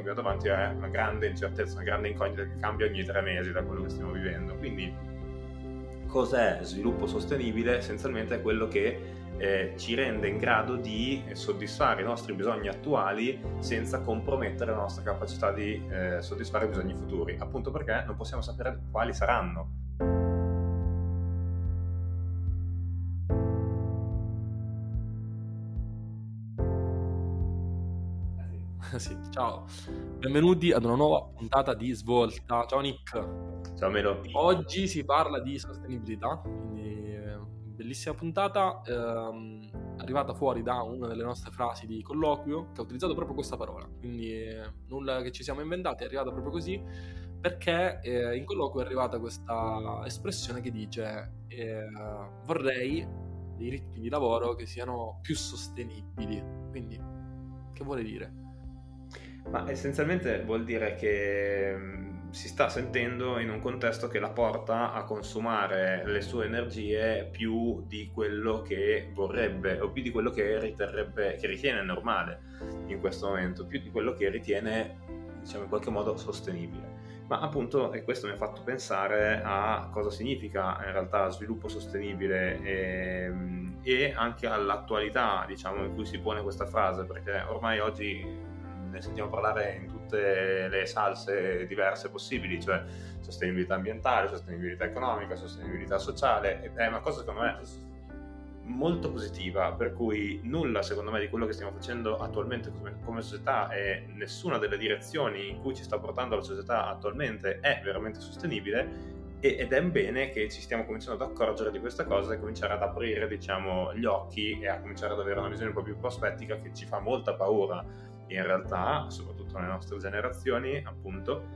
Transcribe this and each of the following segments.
abbiamo davanti è una grande incertezza, una grande incognita che cambia ogni 3 mesi da quello che stiamo vivendo. Quindi cos'è sviluppo sostenibile? Essenzialmente è quello che ci rende in grado di soddisfare i nostri bisogni attuali senza compromettere la nostra capacità di soddisfare i bisogni futuri, appunto perché non possiamo sapere quali saranno. Sì, ciao, benvenuti ad una nuova puntata di Svolta. Ciao Nick. Ciao Melo. Oggi si parla di sostenibilità, quindi bellissima puntata, arrivata fuori da una delle nostre frasi di colloquio che ha utilizzato proprio questa parola, quindi nulla che ci siamo inventati, è arrivata proprio così perché in colloquio è arrivata questa espressione che dice vorrei dei ritmi di lavoro che siano più sostenibili. Quindi che vuole dire? Ma essenzialmente vuol dire che si sta sentendo in un contesto che la porta a consumare le sue energie più di quello che vorrebbe o più di quello che ritiene normale in questo momento, più di quello che ritiene, diciamo, in qualche modo sostenibile. Ma appunto, e questo mi ha fatto pensare a cosa significa in realtà sviluppo sostenibile e anche all'attualità, diciamo, in cui si pone questa frase, perché ormai oggi ne sentiamo parlare in tutte le salse diverse possibili, cioè sostenibilità ambientale, sostenibilità economica, sostenibilità sociale, ed è una cosa secondo me molto positiva, per cui nulla secondo me di quello che stiamo facendo attualmente come società e nessuna delle direzioni in cui ci sta portando la società attualmente è veramente sostenibile, ed è bene che ci stiamo cominciando ad accorgere di questa cosa e cominciare ad aprire, diciamo, gli occhi e a cominciare ad avere una visione un po' più prospettica, che ci fa molta paura in realtà, soprattutto nelle nostre generazioni, appunto,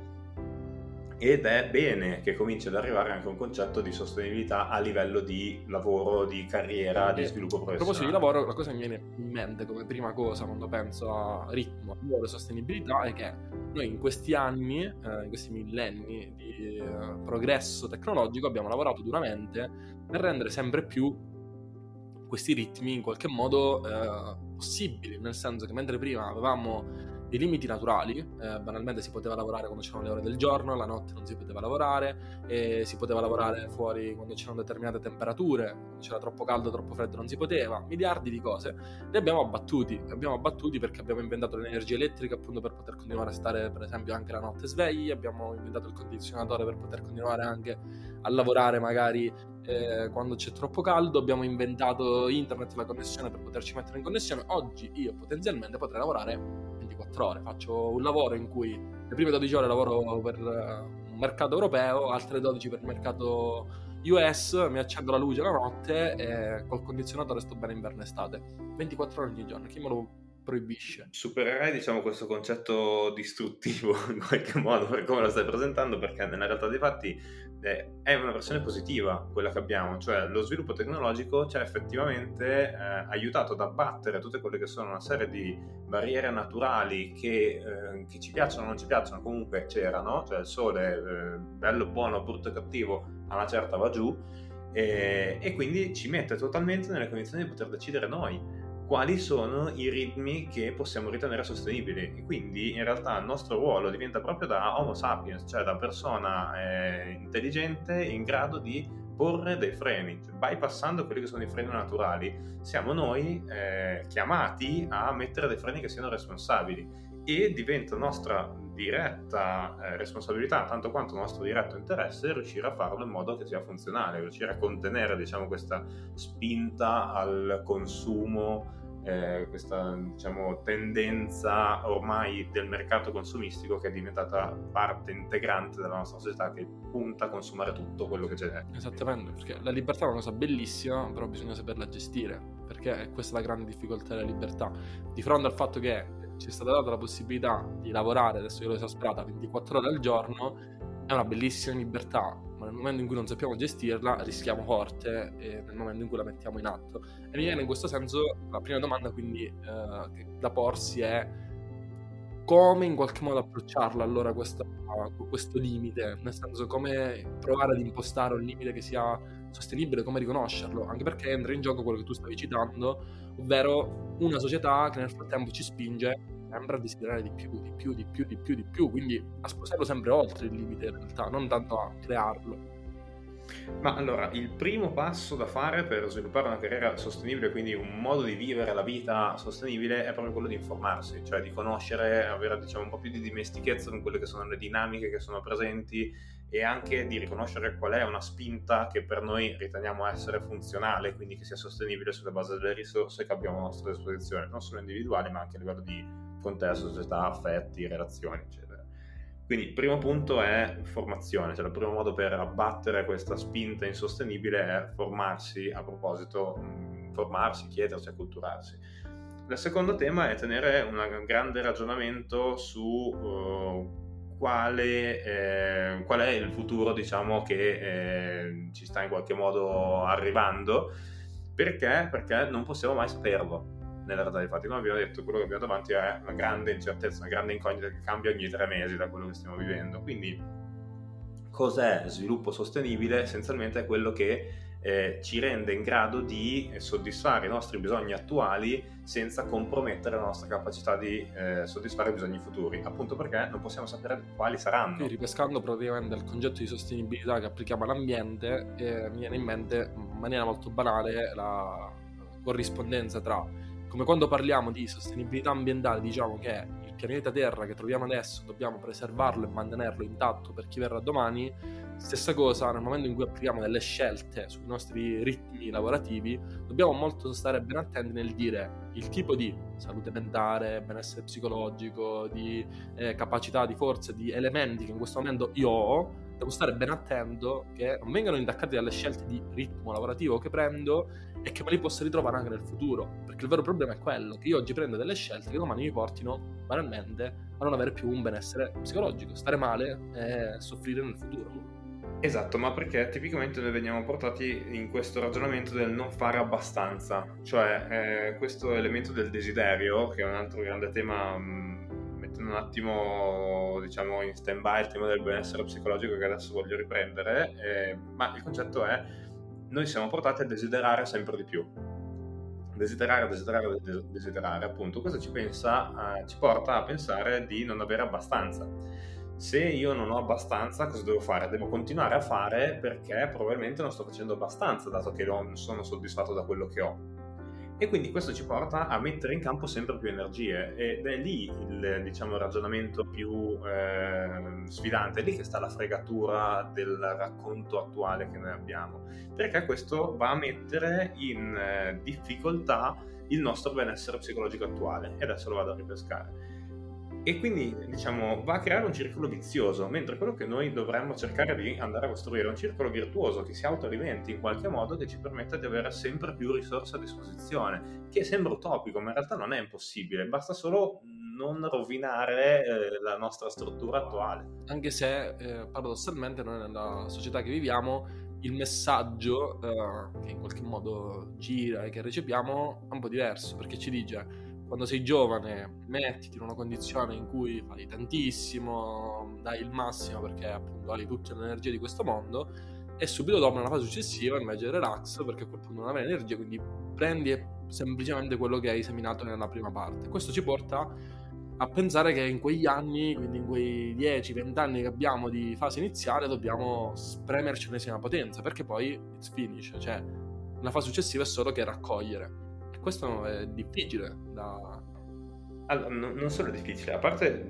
ed è bene che cominci ad arrivare anche a un concetto di sostenibilità a livello di lavoro, di carriera, di sviluppo professionale. A proposito di lavoro, la cosa che mi viene in mente come prima cosa quando penso a ritmo, lavoro e sostenibilità è che noi in questi anni, in questi millenni di progresso tecnologico, abbiamo lavorato duramente per rendere sempre più questi ritmi in qualche modo possibili, nel senso che mentre prima avevamo dei limiti naturali, banalmente si poteva lavorare quando c'erano le ore del giorno, la notte non si poteva lavorare, si poteva lavorare fuori quando c'erano determinate temperature, c'era troppo caldo, troppo freddo, non si poteva, miliardi di cose, li abbiamo abbattuti perché abbiamo inventato l'energia elettrica appunto per poter continuare a stare per esempio anche la notte svegli, abbiamo inventato il condizionatore per poter continuare anche a lavorare magari quando c'è troppo caldo, abbiamo inventato internet, la connessione per poterci mettere in connessione. Oggi io potenzialmente potrei lavorare 24 ore, faccio un lavoro in cui le prime 12 ore lavoro per un mercato europeo, altre 12 per il mercato US, mi accendo la luce la notte e col condizionatore sto bene inverno e estate, 24 ore ogni giorno, chi me lo proibisce? Supererei, diciamo, questo concetto distruttivo in qualche modo per come lo stai presentando, perché nella realtà dei fatti è una versione positiva quella che abbiamo, cioè lo sviluppo tecnologico ci ha effettivamente aiutato ad abbattere tutte quelle che sono una serie di barriere naturali che ci piacciono o non ci piacciono, comunque c'erano, cioè il sole bello, buono, brutto e cattivo a una certa va giù, e quindi ci mette totalmente nelle condizioni di poter decidere noi quali sono i ritmi che possiamo ritenere sostenibili, e quindi in realtà il nostro ruolo diventa proprio da Homo sapiens, cioè da persona intelligente in grado di porre dei freni, cioè, bypassando quelli che sono i freni naturali. Siamo noi chiamati a mettere dei freni che siano responsabili, e diventa nostra diretta responsabilità, tanto quanto nostro diretto interesse, riuscire a farlo in modo che sia funzionale, riuscire a contenere, diciamo, questa spinta al consumo, questa, diciamo, tendenza ormai del mercato consumistico che è diventata parte integrante della nostra società, che punta a consumare tutto quello che c'è. Esattamente, perché la libertà è una cosa bellissima, però bisogna saperla gestire, perché questa è la grande difficoltà della libertà. Di fronte al fatto che ci è stata data la possibilità di lavorare, adesso io l'ho esasperata, 24 ore al giorno, è una bellissima libertà, ma nel momento in cui non sappiamo gestirla rischiamo forte, nel momento in cui la mettiamo in atto. E mi viene in questo senso la prima domanda quindi che da porsi è come in qualche modo approcciarla allora questo limite, nel senso come provare ad impostare un limite che sia sostenibile, come riconoscerlo, anche perché entra in gioco quello che tu stavi citando, ovvero una società che nel frattempo ci spinge sempre a desiderare di più, quindi a spostarlo sempre oltre il limite in realtà, non tanto a crearlo. Ma allora, il primo passo da fare per sviluppare una carriera sostenibile, quindi un modo di vivere la vita sostenibile, è proprio quello di informarsi, cioè di conoscere, avere diciamo un po' più di dimestichezza con quelle che sono le dinamiche che sono presenti e anche di riconoscere qual è una spinta che per noi riteniamo essere funzionale, quindi che sia sostenibile sulla base delle risorse che abbiamo a nostra disposizione, non solo individuali ma anche a livello di contesto, società, affetti, relazioni, eccetera. Quindi il primo punto è formazione, cioè il primo modo per abbattere questa spinta insostenibile è formarsi, a proposito, formarsi, chiedersi, acculturarsi. Il secondo tema è tenere un grande ragionamento su qual è il futuro, diciamo, che ci sta in qualche modo arrivando. Perché? Perché non possiamo mai saperlo. Nella realtà dei fatti, come abbiamo detto, quello che abbiamo davanti è una grande incertezza, una grande incognita che cambia ogni 3 mesi da quello che stiamo vivendo. Quindi cos'è sviluppo sostenibile? Essenzialmente è quello che ci rende in grado di soddisfare i nostri bisogni attuali senza compromettere la nostra capacità di soddisfare i bisogni futuri, appunto perché non possiamo sapere quali saranno. Qui, ripescando praticamente il concetto di sostenibilità che applichiamo all'ambiente, mi viene in mente in maniera molto banale la corrispondenza tra, come quando parliamo di sostenibilità ambientale, diciamo che il pianeta Terra che troviamo adesso dobbiamo preservarlo e mantenerlo intatto per chi verrà domani. Stessa cosa nel momento in cui applichiamo delle scelte sui nostri ritmi lavorativi, dobbiamo molto stare ben attenti nel dire il tipo di salute mentale, benessere psicologico, di capacità, di forze, di elementi che in questo momento io ho. Devo stare ben attento che non vengano intaccati dalle scelte di ritmo lavorativo che prendo e che me li possa ritrovare anche nel futuro, perché il vero problema è quello che io oggi prendo delle scelte che domani mi portino banalmente a non avere più un benessere psicologico, stare male e soffrire nel futuro. Esatto, ma perché tipicamente noi veniamo portati in questo ragionamento del non fare abbastanza, cioè questo elemento del desiderio, che è un altro grande tema, mettendo un attimo diciamo in stand-by il tema del benessere psicologico che adesso voglio riprendere, ma il concetto è noi siamo portati a desiderare sempre di più. Desiderare, appunto, questo ci porta a pensare di non avere abbastanza. Se io non ho abbastanza, cosa devo fare? Devo continuare a fare perché probabilmente non sto facendo abbastanza, dato che non sono soddisfatto da quello che ho. E quindi questo ci porta a mettere in campo sempre più energie ed è lì il diciamo, ragionamento più sfidante, è lì che sta la fregatura del racconto attuale che noi abbiamo, perché questo va a mettere in difficoltà il nostro benessere psicologico attuale, e adesso lo vado a ripescare. E quindi diciamo va a creare un circolo vizioso, mentre quello che noi dovremmo cercare di andare a costruire è un circolo virtuoso che si autoalimenti in qualche modo, che ci permetta di avere sempre più risorse a disposizione, che sembra utopico ma in realtà non è impossibile, basta solo non rovinare la nostra struttura attuale. Anche se paradossalmente noi nella società che viviamo il messaggio che in qualche modo gira e che recepiamo è un po' diverso, perché ci dice: quando sei giovane mettiti in una condizione in cui fai tantissimo, dai il massimo perché appunto hai tutte le energie di questo mondo, e subito dopo nella fase successiva invece relax perché a quel punto non avrai energia, quindi prendi semplicemente quello che hai seminato nella prima parte. Questo ci porta a pensare che in quegli anni, quindi in quei 10-20 anni che abbiamo di fase iniziale, dobbiamo spremerci l'ennesima potenza, perché poi it's finish, cioè la fase successiva è solo che raccogliere. Questo è difficile da... Allora, non solo è difficile, a parte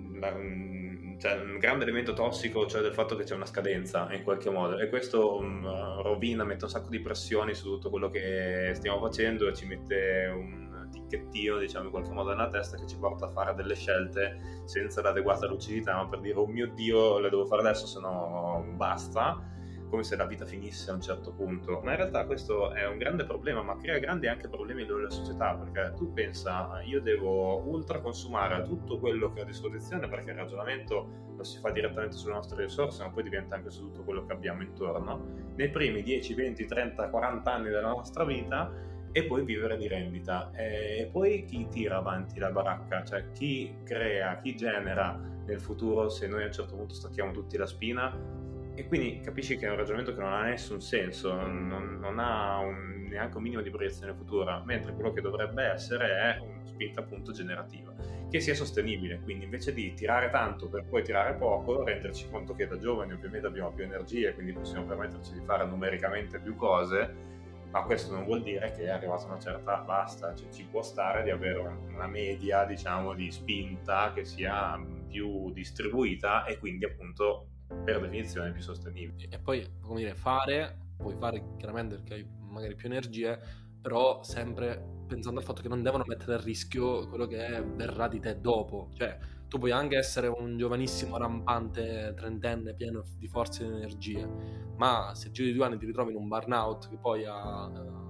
cioè, un grande elemento tossico, cioè del fatto che c'è una scadenza in qualche modo, e questo rovina, mette un sacco di pressioni su tutto quello che stiamo facendo e ci mette un ticchettino, diciamo, in qualche modo nella testa che ci porta a fare delle scelte senza l'adeguata lucidità, ma per dire oh mio Dio, le devo fare adesso, se no basta, come se la vita finisse a un certo punto. Ma in realtà questo è un grande problema, ma crea grandi anche problemi nella società, perché tu pensa, io devo ultra consumare tutto quello che ho a disposizione, perché il ragionamento lo si fa direttamente sulle nostre risorse, ma poi diventa anche su tutto quello che abbiamo intorno, nei primi 10, 20, 30, 40 anni della nostra vita, e poi vivere di rendita. E poi chi tira avanti la baracca? Cioè chi crea, chi genera nel futuro, se noi a un certo punto stacchiamo tutti la spina? E quindi capisci che è un ragionamento che non ha nessun senso, non ha neanche un minimo di proiezione futura, mentre quello che dovrebbe essere è una spinta appunto generativa, che sia sostenibile. Quindi invece di tirare tanto per poi tirare poco, renderci conto che da giovani ovviamente abbiamo più energie, quindi possiamo permetterci di fare numericamente più cose, ma questo non vuol dire che è arrivata una certa basta, cioè ci può stare di avere una media, diciamo, di spinta che sia più distribuita e quindi appunto per definizione più sostenibile. E poi, come dire, puoi fare chiaramente perché hai magari più energie, però sempre pensando al fatto che non devono mettere a rischio quello che verrà di te dopo. Cioè, tu puoi anche essere un giovanissimo rampante trentenne pieno di forze e di energie, ma se giro di 2 anni ti ritrovi in un burnout che poi a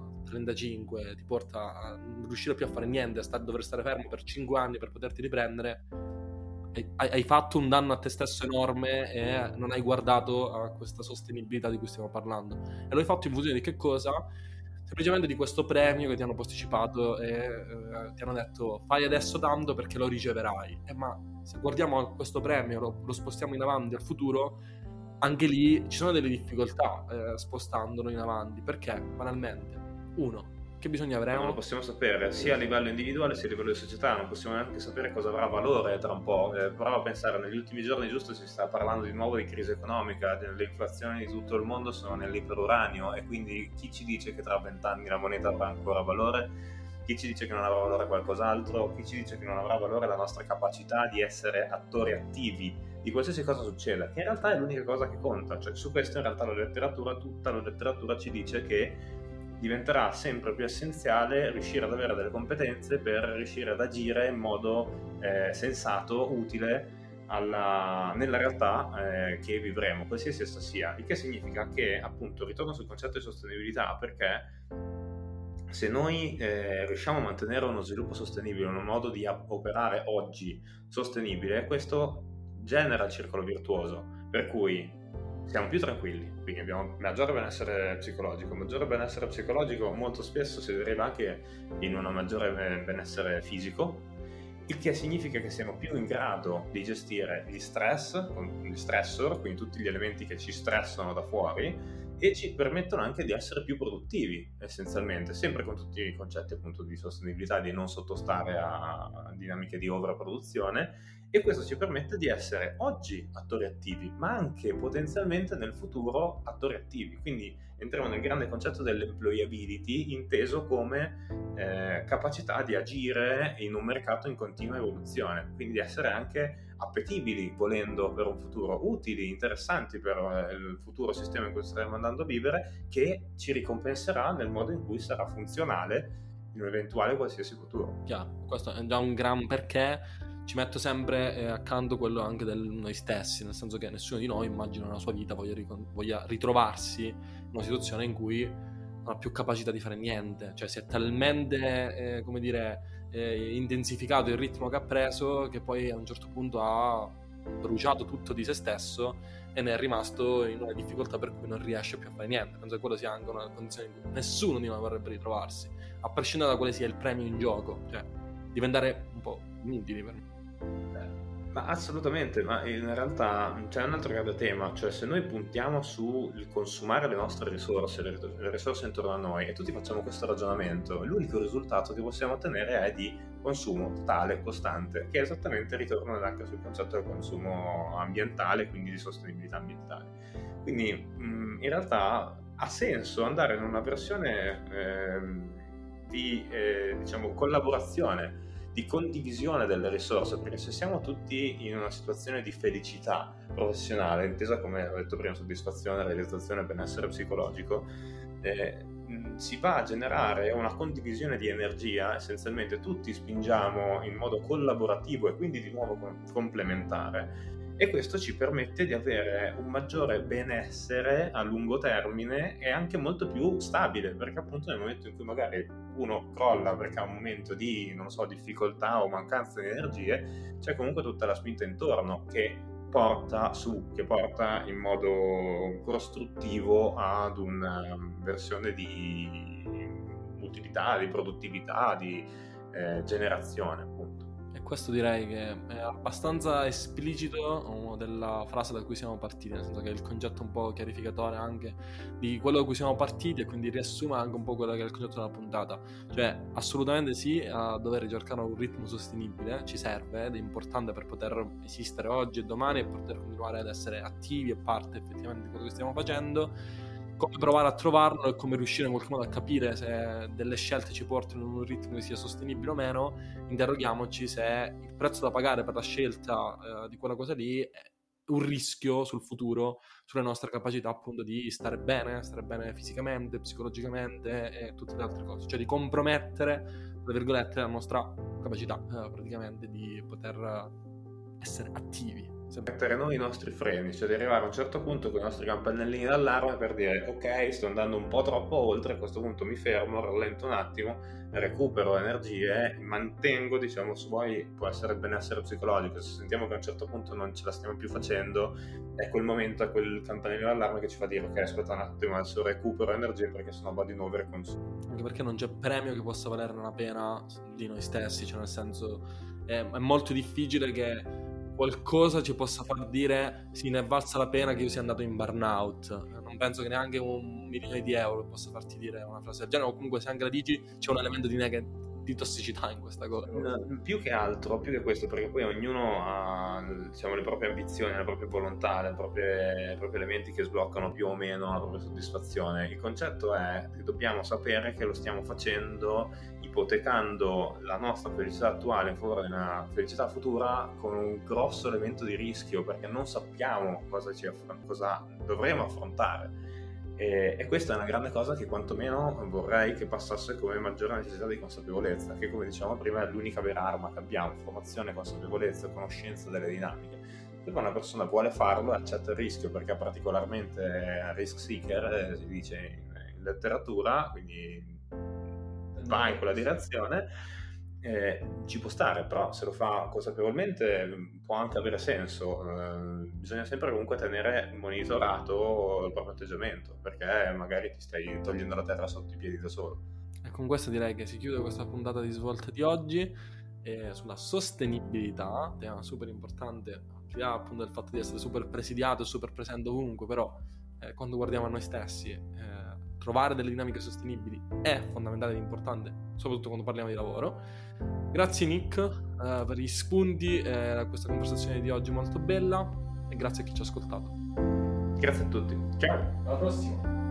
35 ti porta a non riuscire più a fare niente, a dover stare fermo per 5 anni per poterti riprendere, hai fatto un danno a te stesso enorme e non hai guardato a questa sostenibilità di cui stiamo parlando. E lo hai fatto in funzione di che cosa? Semplicemente di questo premio che ti hanno posticipato e ti hanno detto fai adesso tanto perché lo riceverai. Ma se guardiamo a questo premio, lo spostiamo in avanti al futuro, anche lì ci sono delle difficoltà spostandolo in avanti, perché banalmente, che bisogno avremo? Non lo possiamo sapere sia a livello individuale sia a livello di società, non possiamo neanche sapere cosa avrà valore tra un po'. Prova a pensare, negli ultimi giorni giusto si sta parlando di nuovo di crisi economica, le inflazioni di tutto il mondo sono nell'iperuranio e quindi chi ci dice che tra 20 anni la moneta avrà ancora valore? Chi ci dice che non avrà valore qualcos'altro? Chi ci dice che non avrà valore la nostra capacità di essere attori attivi di qualsiasi cosa succeda? Che in realtà è l'unica cosa che conta, cioè su questo in realtà tutta la letteratura ci dice che diventerà sempre più essenziale riuscire ad avere delle competenze per riuscire ad agire in modo sensato, utile nella realtà che vivremo, qualsiasi essa sia. Il che significa che, appunto, ritorno sul concetto di sostenibilità, perché se noi riusciamo a mantenere uno sviluppo sostenibile, un modo di operare oggi sostenibile, questo genera il circolo virtuoso, per cui siamo più tranquilli, quindi abbiamo maggiore benessere psicologico. Maggiore benessere psicologico molto spesso si deriva anche in un maggiore benessere fisico, il che significa che siamo più in grado di gestire gli stressor, quindi tutti gli elementi che ci stressano da fuori, e ci permettono anche di essere più produttivi, essenzialmente, sempre con tutti i concetti appunto di sostenibilità, di non sottostare a dinamiche di overproduzione. E questo ci permette di essere oggi attori attivi, ma anche potenzialmente nel futuro attori attivi. Quindi entriamo nel grande concetto dell'employability, inteso come capacità di agire in un mercato in continua evoluzione, quindi di essere anche appetibili, volendo, per un futuro, utili, interessanti per il futuro sistema in cui staremo andando a vivere, che ci ricompenserà nel modo in cui sarà funzionale in un eventuale qualsiasi futuro. Chiaro, questo è già un gran perché. Ci metto sempre accanto quello anche del noi stessi, nel senso che nessuno di noi, immagino, nella sua vita voglia ritrovarsi in una situazione in cui non ha più capacità di fare niente, cioè si è talmente, come dire, intensificato il ritmo che ha preso che poi a un certo punto ha bruciato tutto di se stesso e ne è rimasto in una difficoltà per cui non riesce più a fare niente. Penso che quello sia anche una condizione in cui nessuno di noi vorrebbe ritrovarsi, a prescindere da quale sia il premio in gioco, cioè diventare un po' inutili per me. Ma assolutamente, ma in realtà c'è un altro grande tema, cioè se noi puntiamo sul consumare le nostre risorse, le risorse intorno a noi, e tutti facciamo questo ragionamento, l'unico risultato che possiamo ottenere è di consumo totale, costante, che è esattamente ritorno anche sul concetto del consumo ambientale, quindi di sostenibilità ambientale. Quindi in realtà ha senso andare in una versione di diciamo collaborazione, di condivisione delle risorse, perché se siamo tutti in una situazione di felicità professionale, intesa come ho detto prima, soddisfazione, realizzazione, benessere psicologico, si va a generare una condivisione di energia, essenzialmente tutti spingiamo in modo collaborativo e quindi di nuovo complementare, e questo ci permette di avere un maggiore benessere a lungo termine e anche molto più stabile, perché appunto nel momento in cui magari uno crolla perché ha un momento di, non so, difficoltà o mancanza di energie, c'è comunque tutta la spinta intorno che porta in modo costruttivo ad una versione di utilità, di produttività, di generazione, appunto. E questo direi che è abbastanza esplicito della frase da cui siamo partiti, nel senso che è il concetto un po' chiarificatore anche di quello da cui siamo partiti e quindi riassume anche un po' quello che è il concetto della puntata. Cioè, assolutamente sì, a dover ricercare un ritmo sostenibile ci serve ed è importante per poter esistere oggi e domani e poter continuare ad essere attivi e parte effettivamente di quello che stiamo facendo. Come provare a trovarlo e come riuscire in qualche modo a capire se delle scelte ci portano in un ritmo che sia sostenibile o meno. Interroghiamoci se il prezzo da pagare per la scelta di quella cosa lì è un rischio sul futuro, sulle nostre capacità appunto di stare bene fisicamente, psicologicamente e tutte le altre cose, cioè di compromettere, tra virgolette, la nostra capacità praticamente di poter essere attivi. Mettere noi i nostri freni, cioè di arrivare a un certo punto con i nostri campanellini d'allarme per dire ok, sto andando un po' troppo oltre, a questo punto mi fermo, rallento un attimo, recupero energie, mantengo, diciamo, su poi può essere il benessere psicologico, se sentiamo che a un certo punto non ce la stiamo più facendo, è quel momento, è quel campanellino d'allarme che ci fa dire ok, aspetta un attimo, adesso recupero energie perché sennò vado di nuovo a consumo. Anche perché non c'è premio che possa valerne la pena di noi stessi, cioè nel senso è molto difficile che qualcosa ci possa far dire sì, ne è valsa la pena che io sia andato in burnout. Non penso che neanche 1.000.000 di euro possa farti dire una frase del genere, o comunque se anche la dici c'è un elemento di tossicità in questa cosa. Più che altro, più che questo, perché poi ognuno ha, diciamo, le proprie ambizioni, le proprie volontà, i propri elementi che sbloccano più o meno la propria soddisfazione. Il concetto è che dobbiamo sapere che lo stiamo facendo ipotecando la nostra felicità attuale in favore di una felicità futura con un grosso elemento di rischio, perché non sappiamo cosa dovremo affrontare. E questa è una grande cosa che quantomeno vorrei che passasse come maggiore necessità di consapevolezza, che come dicevamo prima è l'unica vera arma che abbiamo: formazione, consapevolezza, conoscenza delle dinamiche. Se una persona vuole farlo, accetta il rischio perché è particolarmente risk seeker, si dice in letteratura, quindi va in quella direzione, ci può stare, però se lo fa consapevolmente può anche avere senso. Bisogna sempre comunque tenere monitorato il proprio atteggiamento, perché magari ti stai togliendo la terra sotto i piedi da solo. E con questo direi che si chiude questa puntata di Svolta di oggi sulla sostenibilità, tema super importante, al di là appunto del fatto di essere super presidiato e super presente ovunque, però quando guardiamo a noi stessi trovare delle dinamiche sostenibili è fondamentale ed importante, soprattutto quando parliamo di lavoro. Grazie Nick per gli spunti, questa conversazione di oggi molto bella, e grazie a chi ci ha ascoltato. Grazie a tutti, ciao, alla prossima.